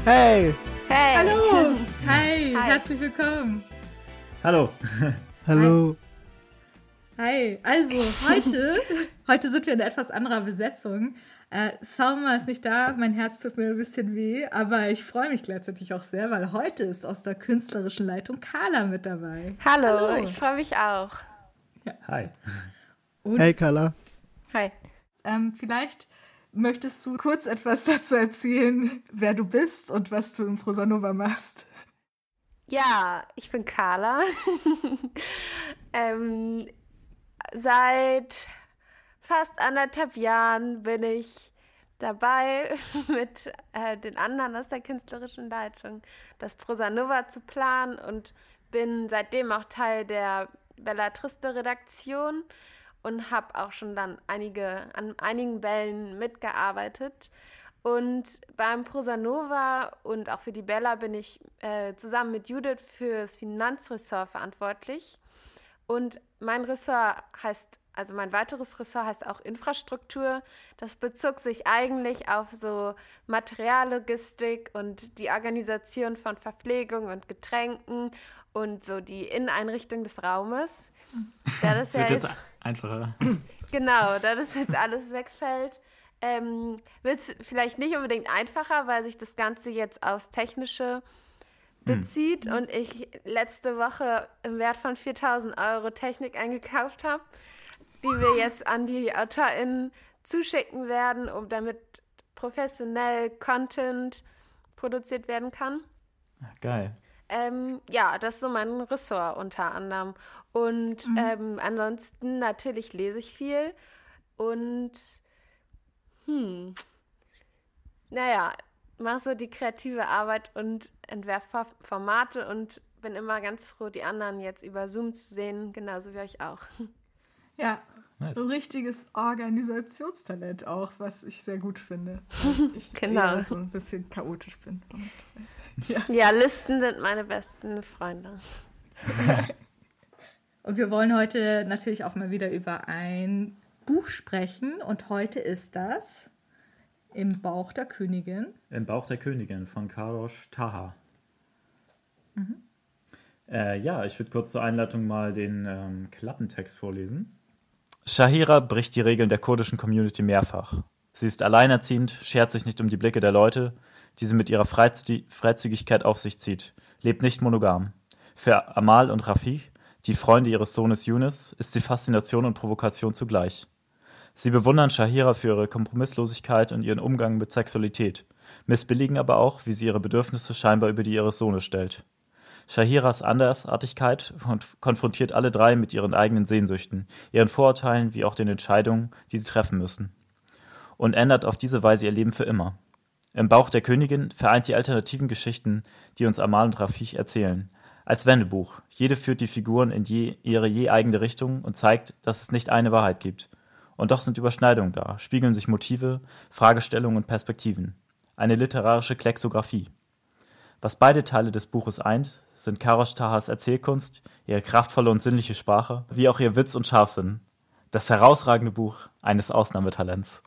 Hey! Hey! Hallo! Hi, Hi. herzlich willkommen. Hallo. Hallo! Hi, also heute sind wir in etwas anderer Besetzung. Salma ist nicht da, mein Herz tut mir ein bisschen weh, aber ich freue mich gleichzeitig auch sehr, weil heute ist aus der künstlerischen Leitung Carla mit dabei. Hallo, ich freue mich auch. Hi. Und Hey Carla! Hi. vielleicht möchtest du kurz etwas dazu erzählen, wer du bist und was du im Prosanova machst. Ja, ich bin Carla. Seit fast 1,5 Jahren bin ich dabei, mit den anderen aus der künstlerischen Leitung das Prosanova zu planen und bin seitdem auch Teil der Bella Triste Redaktion und habe auch schon dann an einigen Bällen mitgearbeitet. Und beim Prosanova und auch für die Bella bin ich zusammen mit Judith für das Finanzressort verantwortlich. Und mein weiteres Ressort heißt auch Infrastruktur. Das bezog sich eigentlich auf so Materiallogistik und die Organisation von Verpflegung und Getränken und so die Inneneinrichtung des Raumes. Da das Wird jetzt einfacher. Genau, da das jetzt alles wegfällt, wird es vielleicht nicht unbedingt einfacher, weil sich das Ganze jetzt aufs Technische bezieht und ich letzte Woche im Wert von 4.000 € Technik eingekauft habe, die wir jetzt an die AutorInnen zuschicken werden, damit professionell Content produziert werden kann. Geil. Ja, das ist so mein Ressort unter anderem. Und ansonsten natürlich lese ich viel und mache so die kreative Arbeit und entwerfe Formate und bin immer ganz froh, die anderen jetzt über Zoom zu sehen, genauso wie euch auch. Ja, Nice. ein richtiges Organisationstalent auch, was ich sehr gut finde. Ich Genau. eher so ein bisschen chaotisch bin. Und, Ja, Listen sind meine besten Freunde. Und wir wollen heute natürlich auch mal wieder über ein Buch sprechen. Und heute ist das Im Bauch der Königin. Im Bauch der Königin von Karosh Taha. Ja, ich würde kurz zur Einleitung mal den Klappentext vorlesen. Shahira bricht die Regeln der kurdischen Community mehrfach. Sie ist alleinerziehend, schert sich nicht um die Blicke der Leute, die sie mit ihrer Freizügigkeit auf sich zieht, lebt nicht monogam. Für Amal und Rafiq, die Freunde ihres Sohnes Yunus, ist sie Faszination und Provokation zugleich. Sie bewundern Shahira für ihre Kompromisslosigkeit und ihren Umgang mit Sexualität, missbilligen aber auch, wie sie ihre Bedürfnisse scheinbar über die ihres Sohnes stellt. Shahiras Andersartigkeit konfrontiert alle drei mit ihren eigenen Sehnsüchten, ihren Vorurteilen wie auch den Entscheidungen, die sie treffen müssen. Und ändert auf diese Weise ihr Leben für immer. Im Bauch der Königin vereint die alternativen Geschichten, die uns Amal und Rafiq erzählen. Als Wendebuch. Jede führt die Figuren in ihre je eigene Richtung und zeigt, dass es nicht eine Wahrheit gibt. Und doch sind Überschneidungen da, spiegeln sich Motive, Fragestellungen und Perspektiven. Eine literarische Klexographie. Was beide Teile des Buches eint, sind Karosh Tahas Erzählkunst, ihre kraftvolle und sinnliche Sprache, wie auch ihr Witz und Scharfsinn. Das herausragende Buch eines Ausnahmetalents.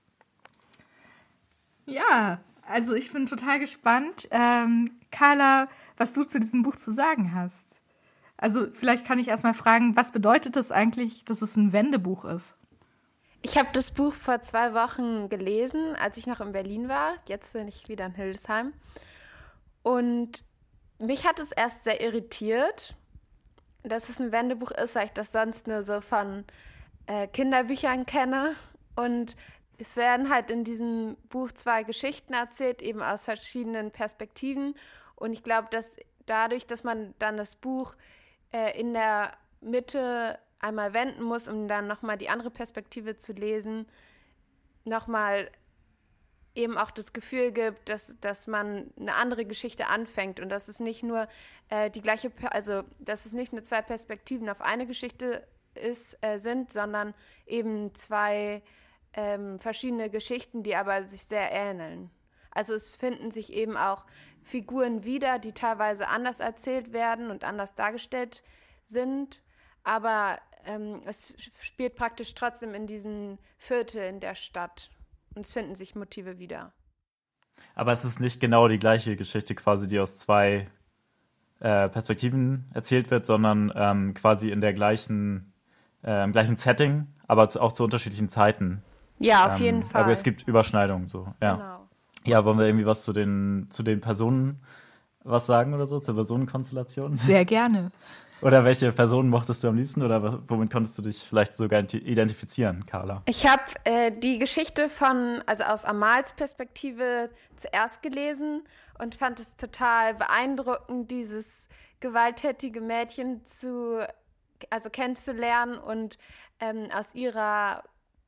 Ja, also ich bin total gespannt, Carla, was du zu diesem Buch zu sagen hast. Also vielleicht kann ich erstmal fragen, was bedeutet es eigentlich, dass es ein Wendebuch ist? Ich habe das Buch vor 2 Wochen gelesen, als ich noch in Berlin war. Jetzt bin ich wieder in Hildesheim. Und mich hat es erst sehr irritiert, dass es ein Wendebuch ist, weil ich das sonst nur so von Kinderbüchern kenne. Und es werden halt in diesem Buch 2 Geschichten erzählt, eben aus verschiedenen Perspektiven. Und ich glaube, dass dadurch, dass man dann das Buch in der Mitte einmal wenden muss, um dann nochmal die andere Perspektive zu lesen, nochmal eben auch das Gefühl gibt, dass man eine andere Geschichte anfängt und dass es nicht nur dass es nicht nur 2 Perspektiven auf eine Geschichte sind, sondern eben 2 verschiedene Geschichten, die aber sich sehr ähneln. Also es finden sich eben auch Figuren wieder, die teilweise anders erzählt werden und anders dargestellt sind, aber es spielt praktisch trotzdem in diesem Viertel in der Stadt und es finden sich Motive wieder. Aber es ist nicht genau die gleiche Geschichte quasi, die aus zwei Perspektiven erzählt wird, sondern quasi in der gleichen, im gleichen Setting, aber auch zu unterschiedlichen Zeiten. Ja, auf jeden Fall. Aber es gibt Überschneidungen so, ja. Genau. Ja, wollen wir irgendwie was zu den Personen was sagen oder so, zur Personenkonstellation? Sehr gerne. Oder welche Personen mochtest du am liebsten oder womit konntest du dich vielleicht sogar identifizieren, Carla? Ich habe die Geschichte aus Amals Perspektive zuerst gelesen und fand es total beeindruckend, dieses gewalttätige Mädchen kennenzulernen und aus ihrer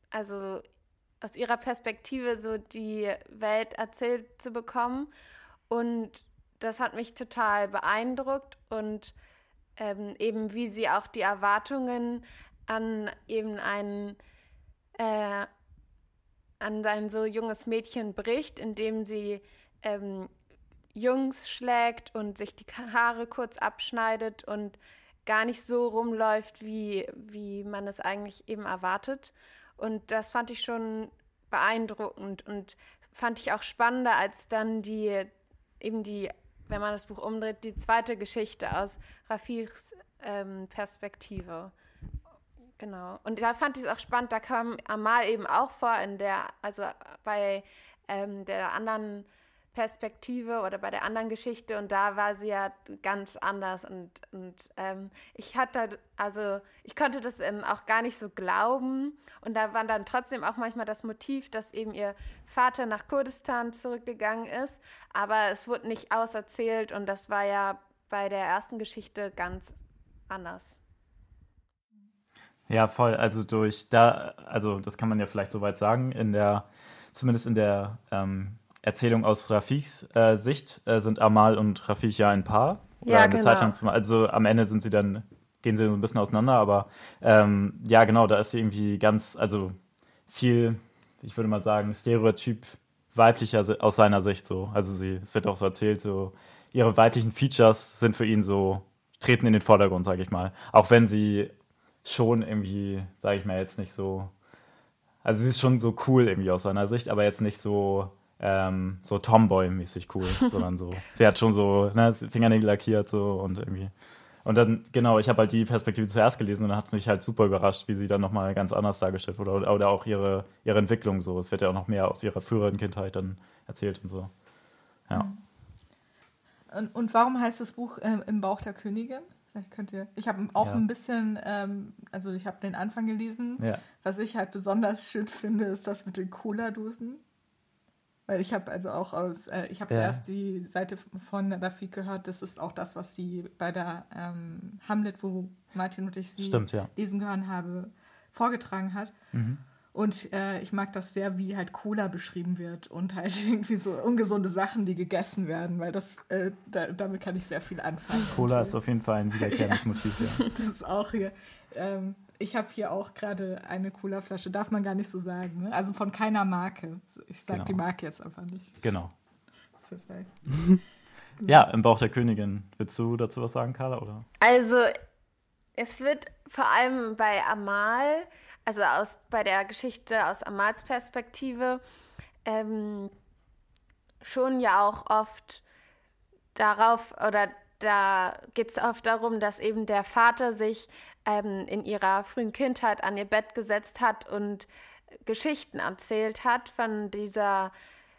Perspektive so die Welt erzählt zu bekommen. Und das hat mich total beeindruckt und eben wie sie auch die Erwartungen an eben an ein so junges Mädchen bricht, indem sie Jungs schlägt und sich die Haare kurz abschneidet und gar nicht so rumläuft, wie man es eigentlich eben erwartet. Und das fand ich schon beeindruckend und fand ich auch spannender als dann wenn man das Buch umdreht, die zweite Geschichte aus Rafiqs Perspektive. Genau. Und da fand ich es auch spannend, da kam Amal eben auch vor bei der anderen Perspektive oder bei der anderen Geschichte und da war sie ja ganz anders und ich konnte das auch gar nicht so glauben und da war dann trotzdem auch manchmal das Motiv, dass eben ihr Vater nach Kurdistan zurückgegangen ist, aber es wurde nicht auserzählt und das war ja bei der ersten Geschichte ganz anders. Ja, voll. Also das kann man ja vielleicht soweit sagen, zumindest in der Erzählung aus Rafiqs Sicht sind Amal und Rafiq ja ein Paar. Oder ja, eine genau. Zeit lang also am Ende gehen sie so ein bisschen auseinander, aber ja, genau, da ist sie irgendwie viel, ich würde mal sagen, stereotyp weiblicher aus seiner Sicht so. Also es wird auch so erzählt, so ihre weiblichen Features sind für ihn so, treten in den Vordergrund, sage ich mal. Auch wenn sie schon irgendwie, sage ich mal, jetzt nicht so, also sie ist schon so cool irgendwie aus seiner Sicht, aber jetzt nicht so Tomboy-mäßig cool, sondern so, sie hat schon so Fingernägel lackiert so und irgendwie. Und dann, genau, ich habe halt die Perspektive zuerst gelesen und dann hat mich halt super überrascht, wie sie dann nochmal ganz anders dargestellt wurde oder auch ihre Entwicklung so. Es wird ja auch noch mehr aus ihrer früheren Kindheit dann erzählt und so. Ja. Und warum heißt das Buch Im Bauch der Königin? Ich habe auch ein bisschen, ich habe den Anfang gelesen. Ja. Was ich halt besonders schön finde, ist das mit den Cola-Dosen. Weil ich habe zuerst die Seite von Rafiq gehört, das ist auch das, was sie bei der Hamlet, wo Martin und ich sie lesen gehört habe, vorgetragen hat. Mhm. Und ich mag das sehr, wie halt Cola beschrieben wird und halt irgendwie so ungesunde Sachen, die gegessen werden, weil damit kann ich sehr viel anfangen. Cola ist auf jeden Fall ein wiederkehrendes Motiv, ja. Das ist auch hier. Ich habe hier auch gerade eine Cola-Flasche, darf man gar nicht so sagen, ne? Also von keiner Marke. Ich sage die Marke jetzt einfach nicht. Genau. Ja, Im Bauch der Königin. Willst du dazu was sagen, Carla? Oder? Also, es wird vor allem bei Amal, also bei der Geschichte aus Amals Perspektive, schon ja auch oft da geht es oft darum, dass eben der Vater sich in ihrer frühen Kindheit an ihr Bett gesetzt hat und Geschichten erzählt hat von dieser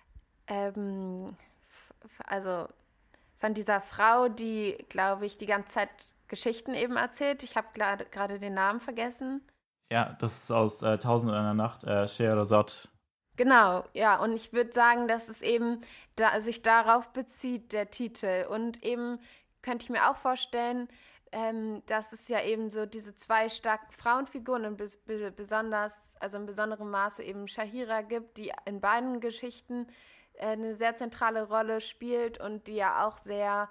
Frau, die, glaube ich, die ganze Zeit Geschichten eben erzählt. Ich habe gerade den Namen vergessen. Ja, das ist aus 1000 und einer Nacht, Scheherazade. Genau, ja, und ich würde sagen, dass es eben sich darauf bezieht, der Titel. Und eben könnte ich mir auch vorstellen, dass es ja eben so diese zwei starken Frauenfiguren und in besonderem Maße eben Shahira gibt, die in beiden Geschichten eine sehr zentrale Rolle spielt und die ja auch sehr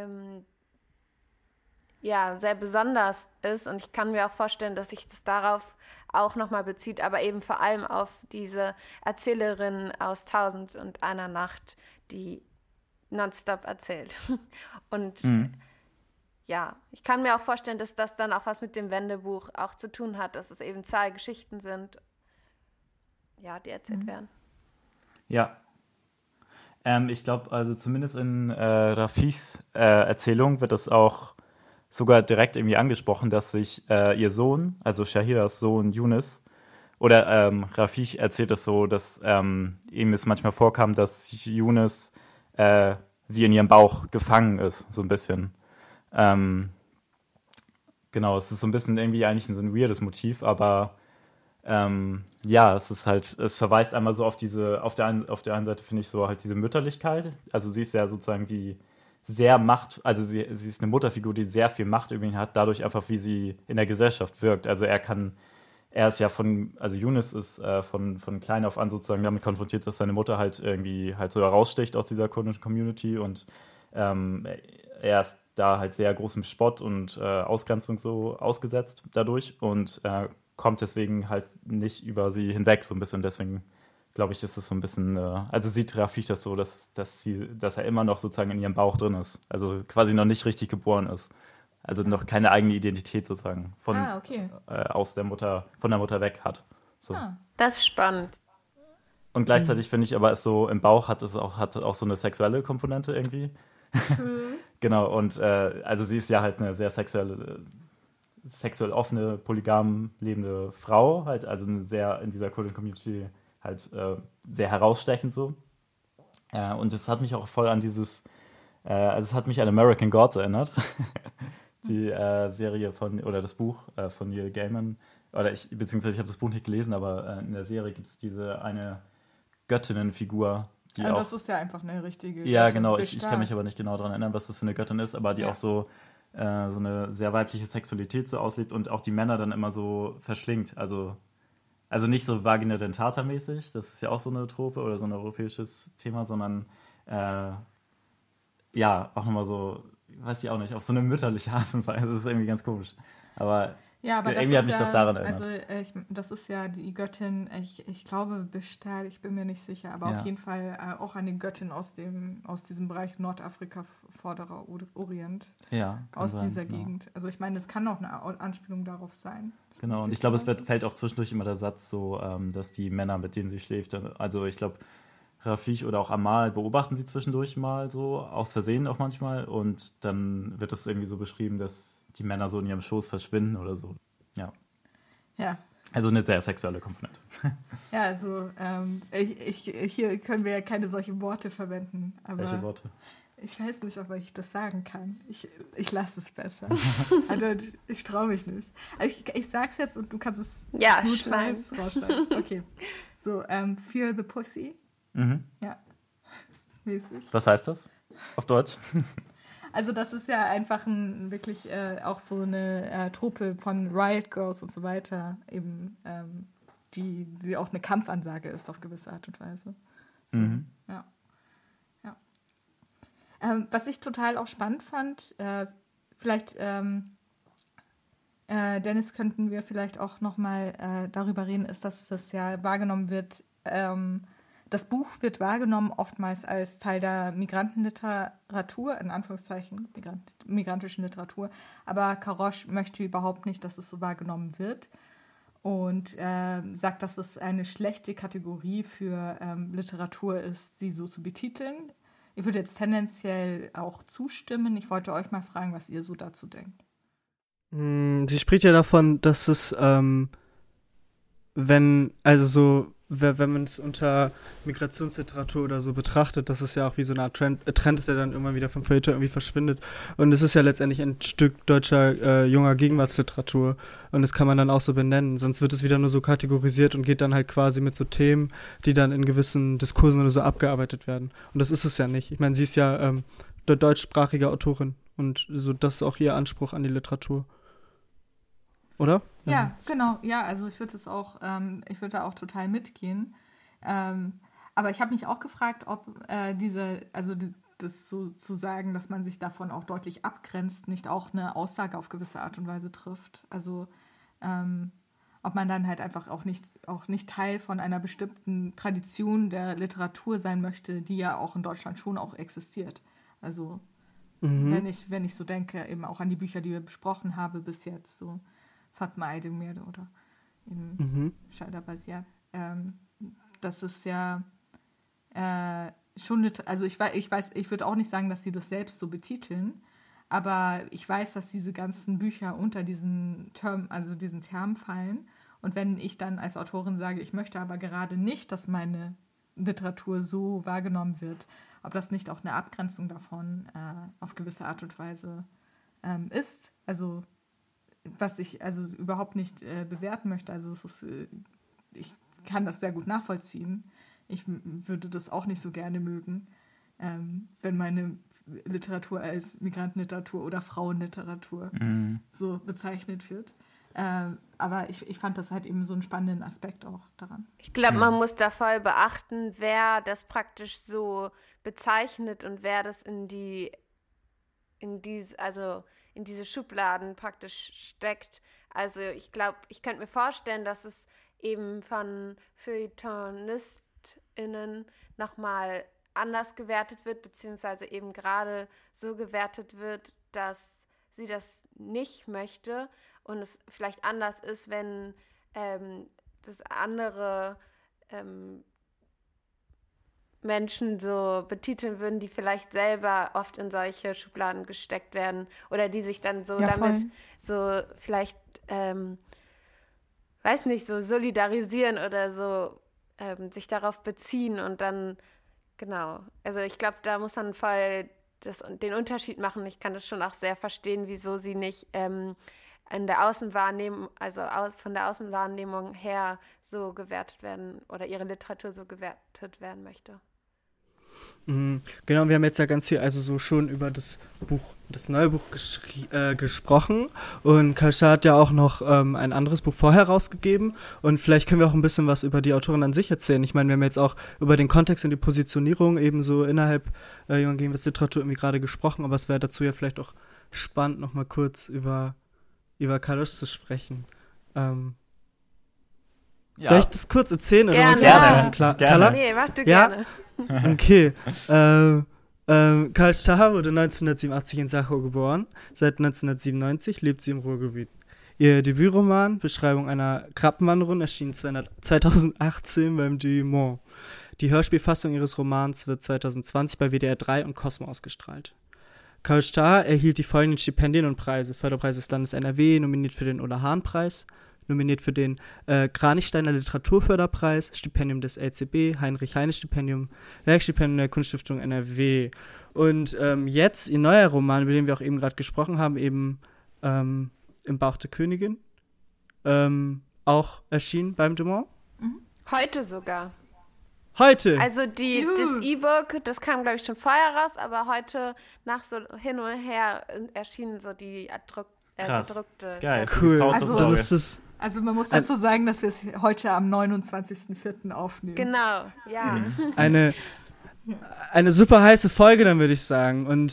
sehr besonders ist. Und ich kann mir auch vorstellen, dass sich das darauf auch nochmal bezieht, aber eben vor allem auf diese Erzählerin aus 1000 und einer Nacht, die nonstop erzählt. Und ich kann mir auch vorstellen, dass das dann auch was mit dem Wendebuch auch zu tun hat, dass es eben zwei Geschichten sind, die erzählt werden. Ja. Ich glaube, also zumindest in Rafiks Erzählung wird das auch sogar direkt irgendwie angesprochen, dass sich ihr Sohn, also Shahiras Sohn Yunus, oder Rafik erzählt es so, dass ihm es manchmal vorkam, dass Yunus wie in ihrem Bauch gefangen ist, so ein bisschen. Ähm, genau, es ist so ein bisschen irgendwie eigentlich so ein weirdes Motiv, aber ja, es ist halt, es verweist einmal so auf diese, auf der einen Seite finde ich so halt diese Mütterlichkeit. Also sie ist ja sozusagen die sehr Macht, sie ist eine Mutterfigur, die sehr viel Macht über ihn hat, dadurch einfach, wie sie in der Gesellschaft wirkt. Also er ist ja also Yunus ist von klein auf an sozusagen damit konfrontiert, dass seine Mutter halt irgendwie halt so heraussticht aus dieser kurdischen Community und ähm, er ist da halt sehr großem Spott und Ausgrenzung so ausgesetzt dadurch und kommt deswegen halt nicht über sie hinweg, so ein bisschen. Deswegen glaube ich, ist es so ein bisschen, also sieht Rafik das so, dass er immer noch sozusagen in ihrem Bauch drin ist. Also quasi noch nicht richtig geboren ist. Also noch keine eigene Identität sozusagen Okay. von der Mutter weg hat. So. Das ist spannend. Und gleichzeitig finde ich aber, es so im Bauch hat auch so eine sexuelle Komponente irgendwie. Genau, und also sie ist ja halt eine sehr sexuell offene, polygam lebende Frau, halt, also eine sehr in dieser kurdischen Community halt sehr herausstechend so. Und es hat mich auch voll an also es hat mich an American Gods erinnert. Die Serie oder das Buch von Neil Gaiman. Beziehungsweise ich habe das Buch nicht gelesen, aber in der Serie gibt es diese eine Göttinnenfigur, die auch... Das ist ja einfach eine richtige Ja, Göttin. genau. Ich kann mich aber nicht genau daran erinnern, was das für eine Göttin ist, aber die auch so eine sehr weibliche Sexualität so auslebt und auch die Männer dann immer so verschlingt. Also nicht so Vagina dentata mäßig, das ist ja auch so eine Trope oder so ein europäisches Thema, sondern ja, auch nochmal so, weiß ich auch nicht, auf so eine mütterliche Art und Weise. Das ist irgendwie ganz komisch. Aber irgendwie hat mich das daran erinnert. Also das ist ja die Göttin, ich glaube Bishtar, ich bin mir nicht sicher, aber auf jeden Fall auch eine Göttin aus diesem Bereich Nordafrika, Vorderer Orient. Ja, aus sein, dieser Gegend. Also ich meine, das kann auch eine Anspielung darauf sein. Genau, und ich glaube, fällt auch zwischendurch immer der Satz so, dass die Männer, mit denen sie schläft, also ich glaube, Rafik oder auch Amal beobachten sie zwischendurch mal so, aus Versehen auch manchmal, und dann wird es irgendwie so beschrieben, dass die Männer so in ihrem Schoß verschwinden oder so. Ja. Ja. Also eine sehr sexuelle Komponente. Ja, also hier können wir ja keine solchen Worte verwenden. Aber welche Worte? Ich weiß nicht, ob ich das sagen kann. Ich lasse es besser. Also ich traue mich nicht. Aber ich sag's jetzt und du kannst es gut rausschneiden. Okay. So, Fear the Pussy. Mhm. Ja. Mäßig. Was heißt das auf Deutsch? Also das ist ja einfach wirklich auch so eine Truppe von Riot Girls und so weiter, eben die auch eine Kampfansage ist auf gewisse Art und Weise. So, ja. Was ich total auch spannend fand, vielleicht, Dennis, könnten wir vielleicht auch nochmal darüber reden, ist, dass das ja wahrgenommen wird, das Buch wird wahrgenommen oftmals als Teil der Migrantenliteratur, in Anführungszeichen, migrantischen Literatur, aber Karosh möchte überhaupt nicht, dass es so wahrgenommen wird und sagt, dass es eine schlechte Kategorie für Literatur ist, sie so zu betiteln. Ich würde jetzt tendenziell auch zustimmen. Ich wollte euch mal fragen, was ihr so dazu denkt. Sie spricht ja davon, dass es, wenn man es unter Migrationsliteratur oder so betrachtet, dass es ja auch wie so eine Art Trend ist, der dann irgendwann wieder vom Feuilleton irgendwie verschwindet. Und es ist ja letztendlich ein Stück deutscher junger Gegenwartsliteratur. Und das kann man dann auch so benennen. Sonst wird es wieder nur so kategorisiert und geht dann halt quasi mit so Themen, die dann in gewissen Diskursen oder so abgearbeitet werden. Und das ist es ja nicht. Ich meine, sie ist ja deutschsprachige Autorin. Und so, das ist auch ihr Anspruch an die Literatur. Oder? Ja, genau. Ja, also ich würde da auch total mitgehen. Aber ich habe mich auch gefragt, ob das so zu sagen, dass man sich davon auch deutlich abgrenzt, nicht auch eine Aussage auf gewisse Art und Weise trifft. Also ob man dann halt einfach auch nicht Teil von einer bestimmten Tradition der Literatur sein möchte, die ja auch in Deutschland schon auch existiert. Also wenn ich so denke, eben auch an die Bücher, die wir besprochen haben bis jetzt, so Fatma Aydemir oder eben Shahida Basiat. Das ist ja schon, also ich weiß, ich würde auch nicht sagen, dass sie das selbst so betiteln, aber ich weiß, dass diese ganzen Bücher unter diesen Term fallen. Und wenn ich dann als Autorin sage, ich möchte aber gerade nicht, dass meine Literatur so wahrgenommen wird, ob das nicht auch eine Abgrenzung davon auf gewisse Art und Weise ist, also was ich also überhaupt nicht bewerten möchte. Also ich kann das sehr gut nachvollziehen. Ich würde das auch nicht so gerne mögen, wenn meine Literatur als Migrantenliteratur oder Frauenliteratur so bezeichnet wird. Aber ich fand das halt eben so einen spannenden Aspekt auch daran. Ich glaube, man muss da voll beachten, wer das praktisch so bezeichnet und wer das in diese Schubladen praktisch steckt. Also ich glaube, ich könnte mir vorstellen, dass es eben von FeuilletonistInnen nochmal anders gewertet wird, beziehungsweise eben gerade so gewertet wird, dass sie das nicht möchte und es vielleicht anders ist, wenn das andere Menschen so betiteln würden, die vielleicht selber oft in solche Schubladen gesteckt werden oder die sich dann so damit so vielleicht, weiß nicht, so solidarisieren oder so sich darauf beziehen und dann, genau. Also ich glaube, da muss man voll den Unterschied machen. Ich kann das schon auch sehr verstehen, wieso sie nicht in der Außenwahrnehmung, also von der Außenwahrnehmung her so gewertet werden oder ihre Literatur so gewertet werden möchte. Genau, wir haben jetzt ja ganz viel also so schon über das neue Buch gesprochen und Kalscha hat ja auch noch ein anderes Buch vorher rausgegeben und vielleicht können wir auch ein bisschen was über die Autorin an sich erzählen. Ich meine, wir haben jetzt auch über den Kontext und die Positionierung eben so innerhalb Junger Gegenwartsliteratur irgendwie gerade gesprochen, aber es wäre dazu ja vielleicht auch spannend, noch mal kurz über Kalosch zu sprechen. Soll ich das kurz erzähhlen? Gerne. Oder Gerne. Nee, mach du Ja? gerne. Okay. Kalscha wurde 1987 in Sachau geboren. Seit 1997 lebt sie im Ruhrgebiet. Ihr Debütroman Beschreibung einer Krabbenwanderung erschien 2018 beim Du Monde. Die Hörspielfassung ihres Romans wird 2020 bei WDR 3 und Cosmo ausgestrahlt. Kalscha erhielt die folgenden Stipendien und Preise. Förderpreis des Landes NRW, nominiert für den Ola-Hahn-Preis, nominiert für den Kranichsteiner Literaturförderpreis, Stipendium des LCB, Heinrich-Heine-Stipendium, Werkstipendium der Kunststiftung NRW. Und jetzt ihr neuer Roman, über den wir auch eben gerade gesprochen haben, eben Im Bauch der Königin, auch erschienen beim Du Monde. Heute sogar. Heute! Also das E-Book, das kam, glaube ich, schon vorher raus, aber heute nach so hin und her erschienen so die gedruckte. Geil. Cool. Also, Dann ist es Also man muss dazu sagen, dass wir es heute am 29.04. aufnehmen. Genau, ja. eine super heiße Folge, dann würde ich sagen. Und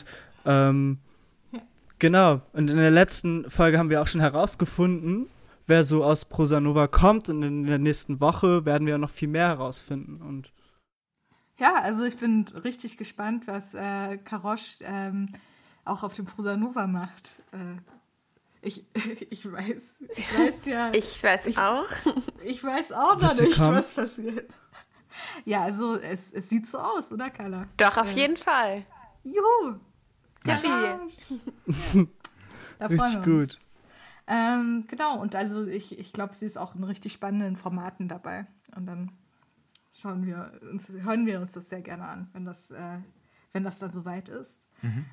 genau, und in der letzten Folge haben wir auch schon herausgefunden, wer so aus Prosa Nova kommt. Und in der nächsten Woche werden wir noch viel mehr herausfinden. Und Ja, also ich bin richtig gespannt, was Karosh auch auf dem Prosa Nova macht. Ich weiß ja. Ich weiß auch. Ich weiß auch noch nicht, was passiert. Ja, also es sieht so aus, oder Carla? Doch, auf jeden Fall. Juhu! Yippie. Da freuen richtig wir uns. gut. Genau, und also ich glaube, sie ist auch in richtig spannenden Formaten dabei. Und dann hören wir uns das sehr gerne an, wenn das dann soweit ist.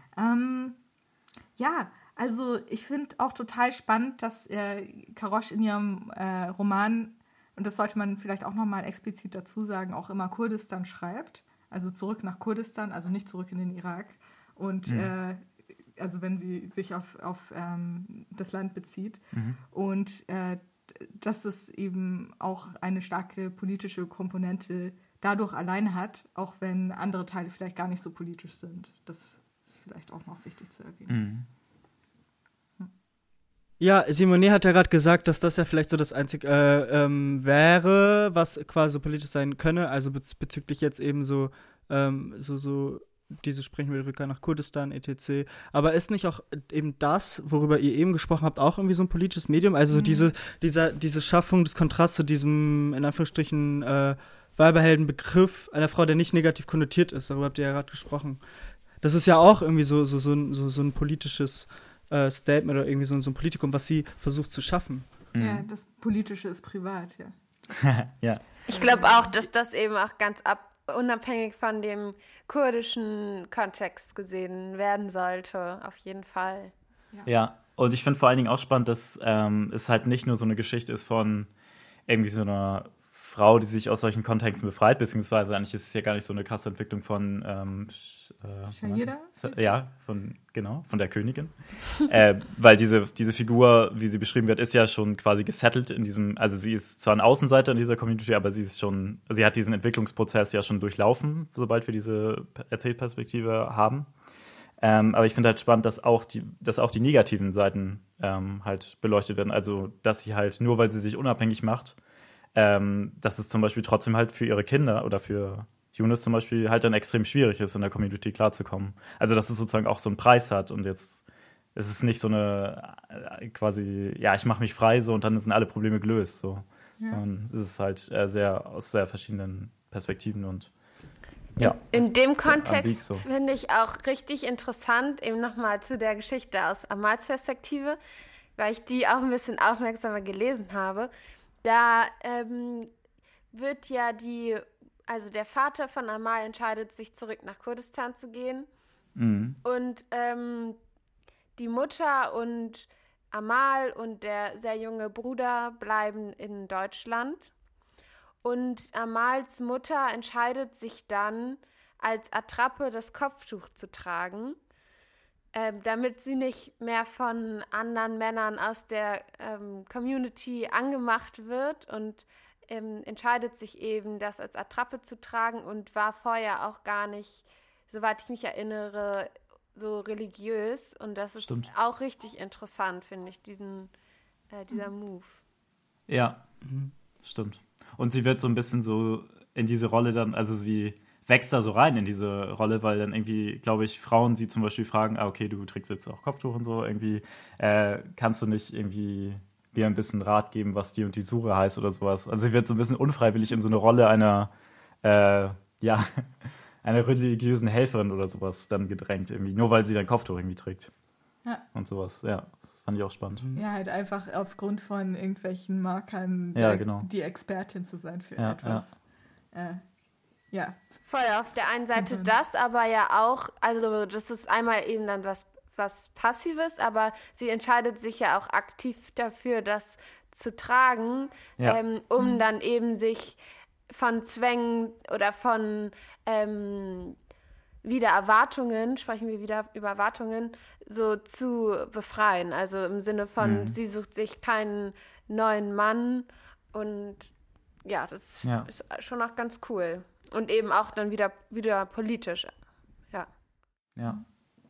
Ja, also ich finde auch total spannend, dass Karosh in ihrem Roman, und das sollte man vielleicht auch nochmal explizit dazu sagen, auch immer Kurdistan schreibt. Also zurück nach Kurdistan, also nicht zurück in den Irak. Und also wenn sie sich auf das Land bezieht. Und dass es eben auch eine starke politische Komponente dadurch alleine hat, auch wenn andere Teile vielleicht gar nicht so politisch sind. Das ist vielleicht auch noch wichtig zu erwähnen. Ja, Simone hat ja gerade gesagt, dass das ja vielleicht so das Einzige wäre, was quasi politisch sein könne, also bezüglich jetzt eben so diese sprechen wir Rückkehr nach Kurdistan, etc. Aber ist nicht auch eben das, worüber ihr eben gesprochen habt, auch irgendwie so ein politisches Medium? Also so diese Schaffung des Kontrasts zu diesem, in Anführungsstrichen, Weiberheldenbegriff einer Frau, der nicht negativ konnotiert ist. Darüber habt ihr ja gerade gesprochen. Das ist ja auch irgendwie so ein politisches Statement oder irgendwie so ein Politikum, was sie versucht zu schaffen. Ja, das Politische ist privat, ja. Ja. Ich glaube auch, dass das eben auch ganz unabhängig von dem kurdischen Kontext gesehen werden sollte, auf jeden Fall. Ja, und ich finde vor allen Dingen auch spannend, dass es halt nicht nur so eine Geschichte ist von irgendwie so einer Frau, die sich aus solchen Kontexten befreit, beziehungsweise eigentlich ist es ja gar nicht so eine krasse Entwicklung von Shahira? Ja, von der Königin. Weil diese Figur, wie sie beschrieben wird, ist ja schon quasi gesettelt in diesem, also sie ist zwar ein Außenseiter in dieser Community, aber sie hat diesen Entwicklungsprozess ja schon durchlaufen, sobald wir diese Erzählperspektive haben. Aber ich finde halt spannend, dass auch die negativen Seiten halt beleuchtet werden. Also, dass sie halt, nur weil sie sich unabhängig macht, dass es zum Beispiel trotzdem halt für ihre Kinder oder für Yunus zum Beispiel halt dann extrem schwierig ist, in der Community klarzukommen. Also, dass es sozusagen auch so einen Preis hat und jetzt ist es nicht so eine quasi, ja, ich mache mich frei so und dann sind alle Probleme gelöst. So. Ja. Und es ist halt aus sehr verschiedenen Perspektiven und ja. In dem Kontext finde ich auch richtig interessant, eben nochmal zu der Geschichte aus Amals Perspektive, weil ich die auch ein bisschen aufmerksamer gelesen habe. Da wird ja also der Vater von Amal entscheidet sich, zurück nach Kurdistan zu gehen. Mhm. Und die Mutter und Amal und der sehr junge Bruder bleiben in Deutschland. Und Amals Mutter entscheidet sich dann, als Attrappe das Kopftuch zu tragen, damit sie nicht mehr von anderen Männern aus der Community angemacht wird und entscheidet sich eben, das als Attrappe zu tragen und war vorher auch gar nicht, soweit ich mich erinnere, so religiös. Und das ist auch richtig interessant, finde ich, dieser Move. Ja, stimmt. Und sie wird so ein bisschen so in diese Rolle dann, also sie wächst da so rein in diese Rolle, weil dann irgendwie, glaube ich, Frauen sie zum Beispiel fragen, okay, du trägst jetzt auch Kopftuch und so, irgendwie kannst du nicht irgendwie dir ein bisschen Rat geben, was die und die Sure heißt oder sowas. Also sie wird so ein bisschen unfreiwillig in so eine Rolle einer religiösen Helferin oder sowas dann gedrängt irgendwie, nur weil sie dann Kopftuch irgendwie trägt. Ja. Und sowas, ja. Das fand ich auch spannend. Ja, halt einfach aufgrund von irgendwelchen Markern die Expertin zu sein für etwas. Ja. Voll, auf der einen Seite das, aber ja auch, also das ist einmal eben dann was Passives, aber sie entscheidet sich ja auch aktiv dafür, das zu tragen, um dann eben sich von Zwängen oder von wieder Erwartungen, sprechen wir wieder über Erwartungen, so zu befreien. Also im Sinne von, sie sucht sich keinen neuen Mann und ja, das ist schon auch ganz cool. Und eben auch dann wieder politisch. Ja. Ja.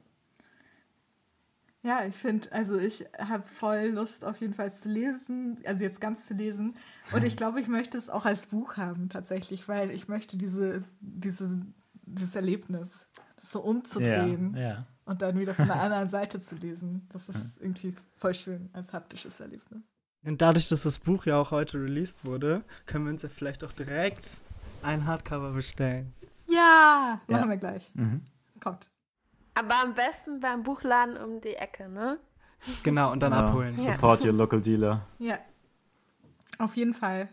Ja, ich finde, also ich habe voll Lust auf jeden Fall zu lesen, also jetzt ganz zu lesen. Und ich glaube, ich möchte es auch als Buch haben tatsächlich, weil ich möchte dieses Erlebnis, das so umzudrehen und dann wieder von der anderen Seite zu lesen. Das ist irgendwie voll schön als haptisches Erlebnis. Und dadurch, dass das Buch ja auch heute released wurde, können wir uns ja vielleicht auch direkt ein Hardcover bestellen. Ja, machen wir gleich. Kommt. Aber am besten beim Buchladen um die Ecke, ne? Genau, und dann abholen. Support your local dealer. Ja, auf jeden Fall.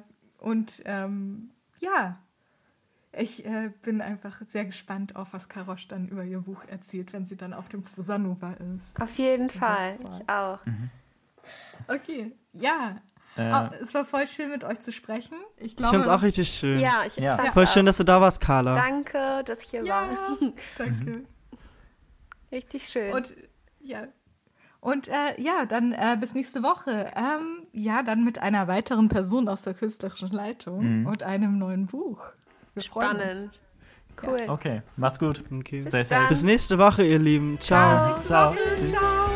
Ich bin einfach sehr gespannt auf, was Karosh dann über ihr Buch erzählt, wenn sie dann auf dem Prosanova ist. Auf jeden Fall, ich auch. Okay, ja. Es war voll schön, mit euch zu sprechen. Ich fand es auch richtig schön. Ja, ich fand's voll auch. Schön, dass du da warst, Carla. Danke, dass ich hier war. Danke. Richtig schön. Und dann bis nächste Woche. Dann mit einer weiteren Person aus der künstlerischen Leitung und einem neuen Buch. Wir freuen uns. Cool. Okay, macht's gut. Okay. Bis nächste Woche, ihr Lieben. Ciao. Ciao.